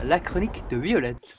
la chronique de Violette.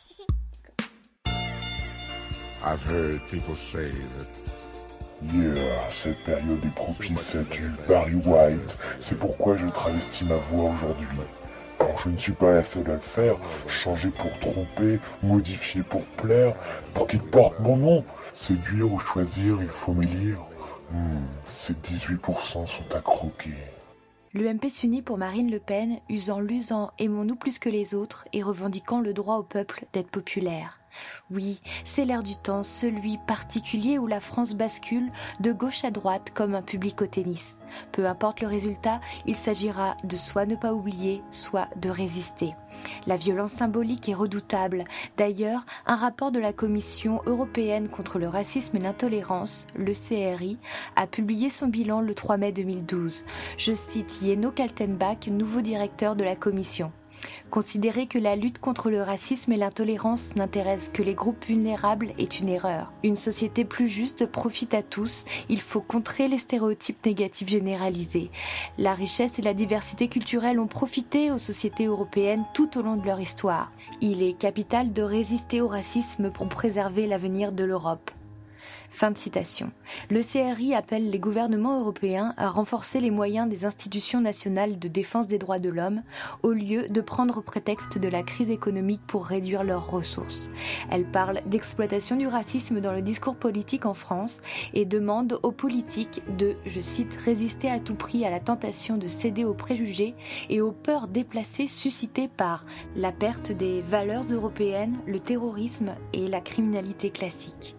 I've heard people say that cette période est propice à du Barry White. C'est pourquoi je travestis ma voix aujourd'hui. Quand je ne suis pas la seule à le faire, changer pour tromper, modifier pour plaire, pour qu'il porte mon nom. Séduire ou choisir, il faut m'élire. Ces 18% sont à croquer. L'UMP s'unit pour Marine Le Pen, usant, aimons-nous plus que les autres et revendiquant le droit au peuple d'être populaire. Oui, c'est l'air du temps, celui particulier où la France bascule de gauche à droite comme un public au tennis. Peu importe le résultat, il s'agira de soit ne pas oublier, soit de résister. La violence symbolique est redoutable. D'ailleurs, un rapport de la Commission européenne contre le racisme et l'intolérance, le CRI, a publié son bilan le 3 mai 2012. Je cite Jenno Kaltenbach, nouveau directeur de la Commission. Considérer que la lutte contre le racisme et l'intolérance n'intéresse que les groupes vulnérables est une erreur. Une société plus juste profite à tous. Il faut contrer les stéréotypes négatifs généralisés. La richesse et la diversité culturelle ont profité aux sociétés européennes tout au long de leur histoire. Il est capital de résister au racisme pour préserver l'avenir de l'Europe. Fin de citation. Le CRI appelle les gouvernements européens à renforcer les moyens des institutions nationales de défense des droits de l'homme au lieu de prendre prétexte de la crise économique pour réduire leurs ressources. Elle parle d'exploitation du racisme dans le discours politique en France et demande aux politiques de, je cite, résister à tout prix à la tentation de céder aux préjugés et aux peurs déplacées suscitées par la perte des valeurs européennes, le terrorisme et la criminalité classique.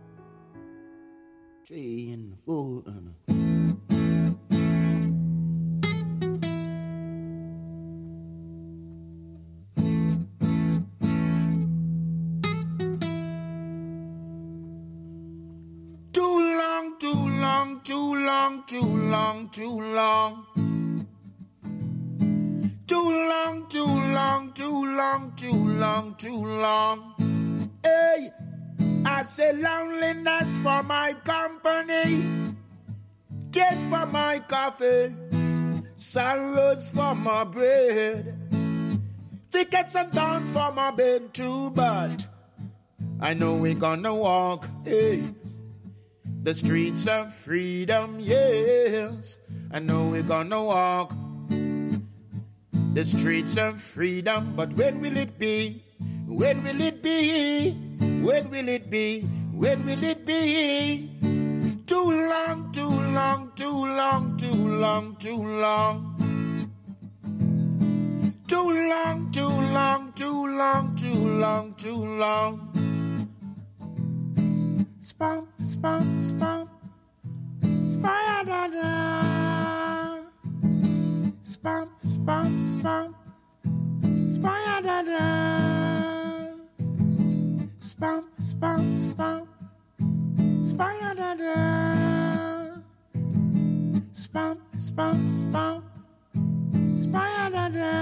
3 and 4 Too long, too long, too long, too long, too long. Too long, too long, too long, too long, too long. Hey, I say loneliness for my company, tears for my coffee, sorrows for my bread, tickets and dance for my bed too, but I know we're gonna walk, hey, the streets of freedom, yes, I know we're gonna walk the streets of freedom, but when will it be? When will it be? When will it be? When will it be? Too long, too long, too long, too long, too long. Too long, too long, too long, too long, too long. Spam, spam, spam. Spam-da-da. Spam, spam, spam. Spam-da-da. Spam, spam, spam. Spam-da-da. Spam, spam, spam. Spam-da-da.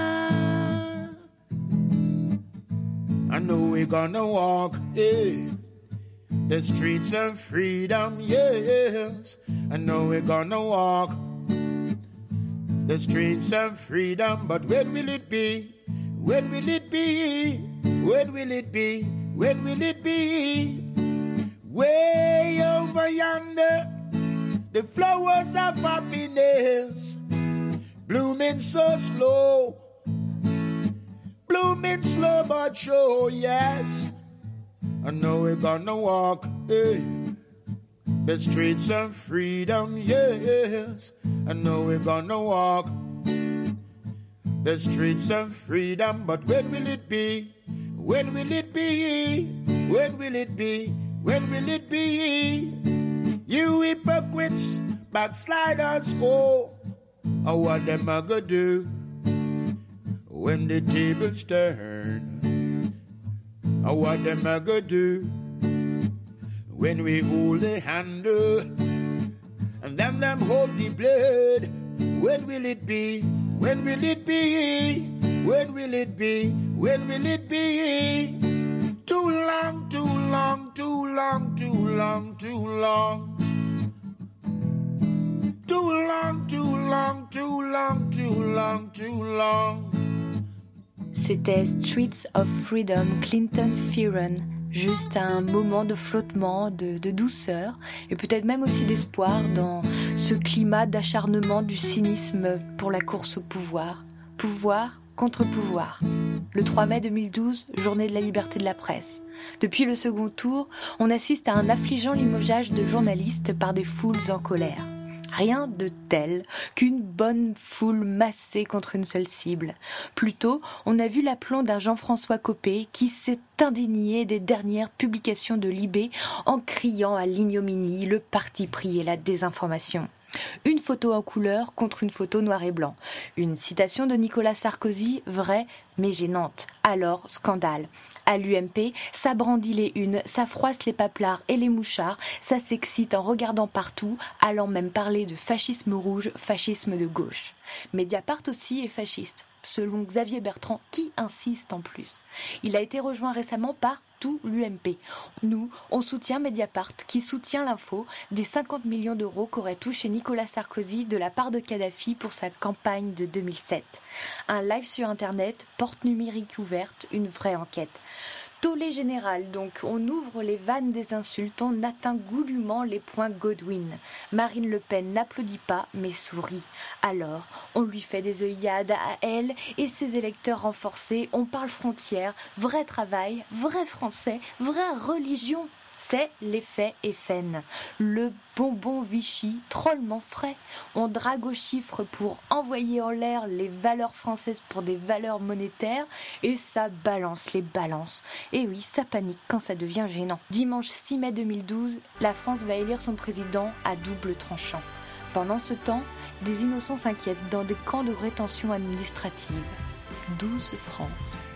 I know we're gonna walk, yeah, the streets of freedom, yes. I know we're gonna walk the streets of freedom, but when will it be? When will it be? When will it be? When will it be? Way over yonder, the flowers of happiness, blooming so slow, blooming slow but sure, yes. I know we're gonna walk, hey, the streets of freedom, yes. I know we're gonna walk the streets of freedom, but when will it be? When will it be? When will it be? When will it be? You hypocrites, backsliders, oh, what them a go do when the tables turn? What them a go do when we hold the handle and then them hold the blade? When will it be? When will it be? When will it be? When will it be? Too long, too long, too long, too long, too long. Too long, too long, too long, too long, too long. C'était Streets of Freedom, Clinton Fearon. Juste un moment de flottement, de douceur et peut-être même aussi d'espoir dans ce climat d'acharnement du cynisme pour la course au pouvoir. Pouvoir contre pouvoir. Le 3 mai 2012, journée de la liberté de la presse. Depuis le second tour, on assiste à un affligeant limogeage de journalistes par des foules en colère. Rien de tel qu'une bonne foule massée contre une seule cible. Plutôt, on a vu l'aplomb d'un Jean-François Copé qui s'est indigné des dernières publications de Libé en criant à l'ignominie, le parti pris et la désinformation. Une photo en couleur contre une photo noir et blanc. Une citation de Nicolas Sarkozy, vraie mais gênante. Alors, scandale. À l'UMP, ça brandit les unes, ça froisse les paplards et les mouchards, ça s'excite en regardant partout, allant même parler de fascisme rouge, fascisme de gauche. Mediapart aussi est fasciste, selon Xavier Bertrand, qui insiste en plus. Il a été rejoint récemment par tout l'UMP. Nous, on soutient Mediapart, qui soutient l'info des 50 millions d'euros qu'aurait touché Nicolas Sarkozy de la part de Kadhafi pour sa campagne de 2007. Un live sur Internet, porte numérique ouverte, une vraie enquête. Tollé général, donc, on ouvre les vannes des insultes, on atteint goulûment les points Godwin. Marine Le Pen n'applaudit pas, mais sourit. Alors, on lui fait des œillades à elle et ses électeurs renforcés, on parle frontières, vrai travail, vrai français, vraie religion. C'est l'effet FN. Le bonbon Vichy, drôlement frais. On drague aux chiffres pour envoyer en l'air les valeurs françaises pour des valeurs monétaires et ça balance les balances. Et oui, ça panique quand ça devient gênant. Dimanche 6 mai 2012, la France va élire son président à double tranchant. Pendant ce temps, des innocents s'inquiètent dans des camps de rétention administrative. 12 France.